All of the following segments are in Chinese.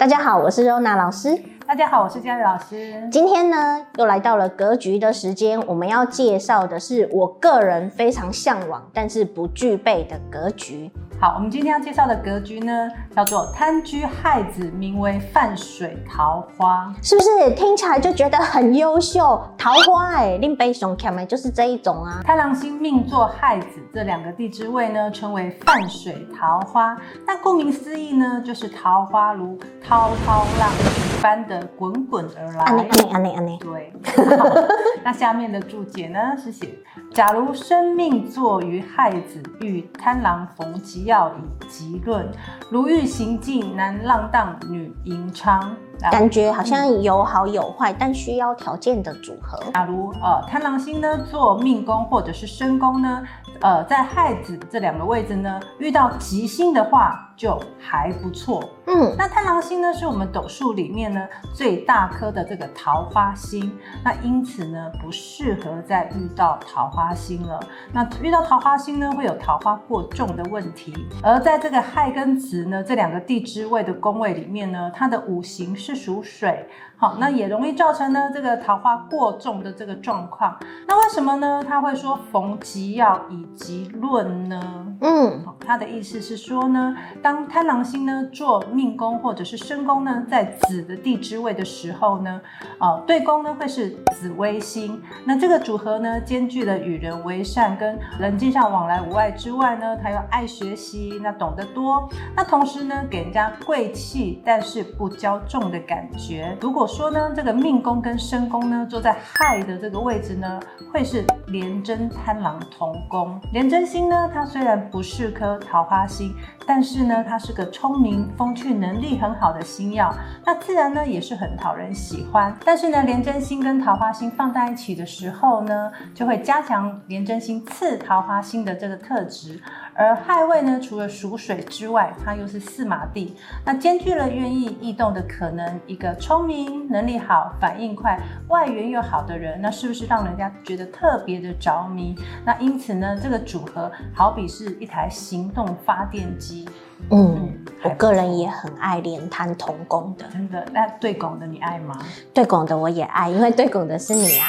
大家好，我是柔娜老师。 大家好，我是嘉瑜老师。 今天呢，又来到了格局的时间，我们要介绍的是我个人非常向往，但是不具备的格局。 好，我们今天要介绍的格局呢，叫做贪居亥子，名为泛水桃花， 是不是听起来就觉得很优秀？桃花令杯熊看的就是这一种啊。 贪狼星命坐亥子这两个地支位呢，称为泛水桃花。那顾名思义呢，就是桃花如滔滔浪一般的滚滚而来。 安内。 对。那下面的注解呢是写：假如生命坐于亥子，与贪狼逢吉要以吉论，如欲行进，男浪荡，女迎昌。 感觉好像有好有坏，但需要条件的组合。 假如贪狼星呢做命宫或者是身宫呢，在亥子这两个位置呢遇到吉星的话就还不错。那贪狼星呢是我们斗数里面呢最大颗的这个桃花星，那因此呢不适合再遇到桃花星了。那遇到桃花星呢会有桃花过重的问题，而在这个亥跟子呢这两个地支位的宫位里面呢，它的五行是属水，好，那也容易造成呢这个桃花过重的这个状况。那为什么呢？他会说逢吉要以吉论呢？他的意思是说呢，当贪狼星呢做命宫或者是身宫呢，在子的地支位的时候呢，对宫呢会是紫微星。那这个组合呢，兼具了与人为善跟人际上往来无碍之外呢，他又爱学习，那懂得多，那同时呢，给人家贵气但是不骄纵的感觉。如果说呢，这个命宫跟身宫呢，坐在亥的这个位置呢，会是廉贞贪狼同宫。廉贞星呢，它虽然不是颗桃花星，但是呢，它是个聪明、风趣、能力很好的星曜，那自然呢也是很讨人喜欢。但是呢，廉贞星跟桃花星放在一起的时候呢，就会加强廉贞星次桃花星的这个特质。而亥位呢，除了属水之外，它又是四马地，那兼具了愿意异动的可能，一个聪明、能力好、反应快、外缘又好的人，那是不是让人家觉得特别的着迷？那因此呢，这个组合好比是一台行动发电机。 我个人也很爱廉贪同宫的。 真的？那对拱的你爱吗？ 对拱的我也爱，因为对拱的是你啊。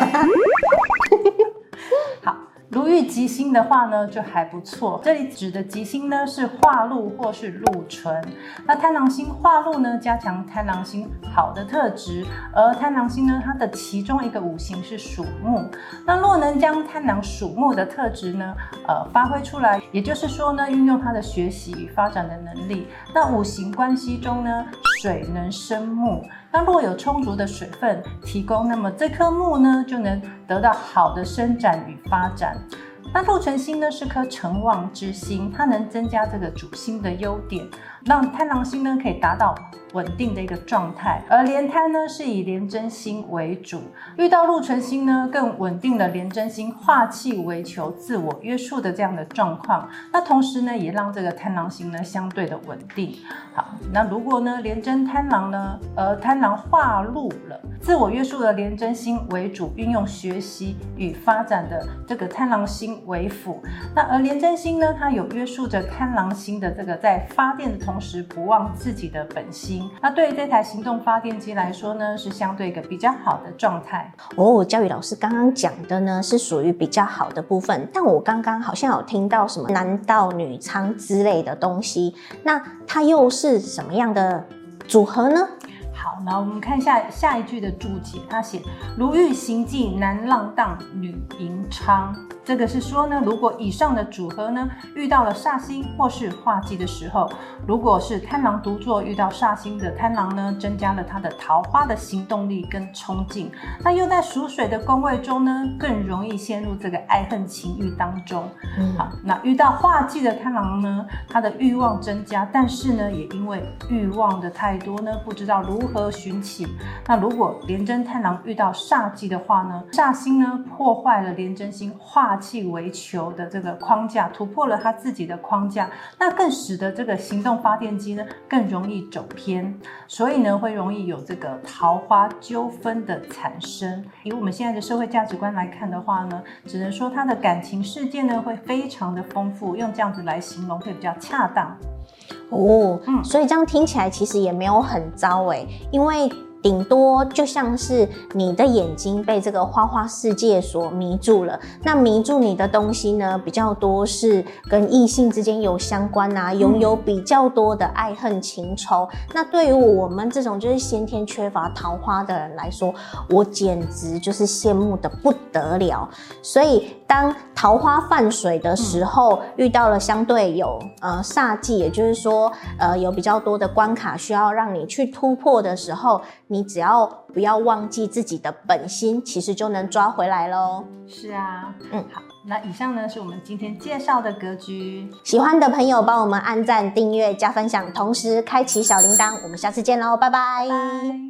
好。如遇吉星的话呢，就还不错。这里指的吉星呢是化禄或是禄存。那贪狼星化禄呢，加强贪狼星好的特质，而贪狼星呢，它的其中一个五行是属木。那若能将贪狼属木的特质呢，发挥出来，也就是说呢，运用它的学习与发展的能力。那五行关系中呢，水能生木。那若有充足的水分提供，那么这颗木呢就能得到好的伸展与发展。那禄存星呢是颗成旺之星，它能增加这个主星的优点，让贪狼星呢可以达到稳定的一个状态。而廉贪呢是以廉贞星为主，遇到禄存星呢更稳定了廉贞星化气为求、自我约束的这样的状况。那同时呢也让这个贪狼星呢相对的稳定。好，那如果呢廉贞贪狼呢贪狼化禄了，自我约束的廉贞星为主，运用学习与发展的这个贪狼星为辅。那而廉贞星呢，它有约束着贪狼星的这个在发电的同时不忘自己的本心。那对于这台行动发电机来说呢，是相对一个比较好的状态。 教育老师刚刚讲的呢是属于比较好的部分，但我刚刚好像有听到什么男盗女娼之类的东西，那它又是什么样的组合呢？ 好，那我们看一下下一句的注解，他写如欲行迹，男浪荡，女迎昌。这个是说呢，如果以上的组合呢遇到了煞星或是化忌的时候，如果是贪狼独坐遇到煞星的贪狼呢，增加了他的桃花的行动力跟冲劲，那又在属水的宫位中呢，更容易陷入这个爱恨情欲当中。好，那遇到化忌的贪狼呢，他的欲望增加，但是呢，也因为欲望的太多呢，不知道如何寻起。那如果廉贞贪狼遇到煞忌的话呢，煞星呢破坏了廉贞星化气为球的这个框架，突破了他自己的框架，那更使得这个行动发电机呢更容易走偏，所以呢会容易有这个桃花纠纷的产生。以我们现在的社会价值观来看的话呢，只能说他的感情事件呢会非常的丰富，用这样子来形容会比较恰当。 所以这样听起来其实也没有很糟因为顶多就像是你的眼睛被这个花花世界所迷住了，那迷住你的东西呢比较多是跟异性之间有相关啊，拥有比较多的爱恨情仇。那对于我们这种就是先天缺乏桃花的人来说，我简直就是羡慕的不得了。所以当桃花泛水的时候，遇到了相对有煞忌，也就是说有比较多的关卡需要让你去突破的时候，你只要不要忘记自己的本心，其实就能抓回来咯。 是啊，好，那以上呢是我们今天介绍的格局。 喜欢的朋友帮我们按赞、订阅、加分享，同时开启小铃铛。我们下次见咯，拜拜。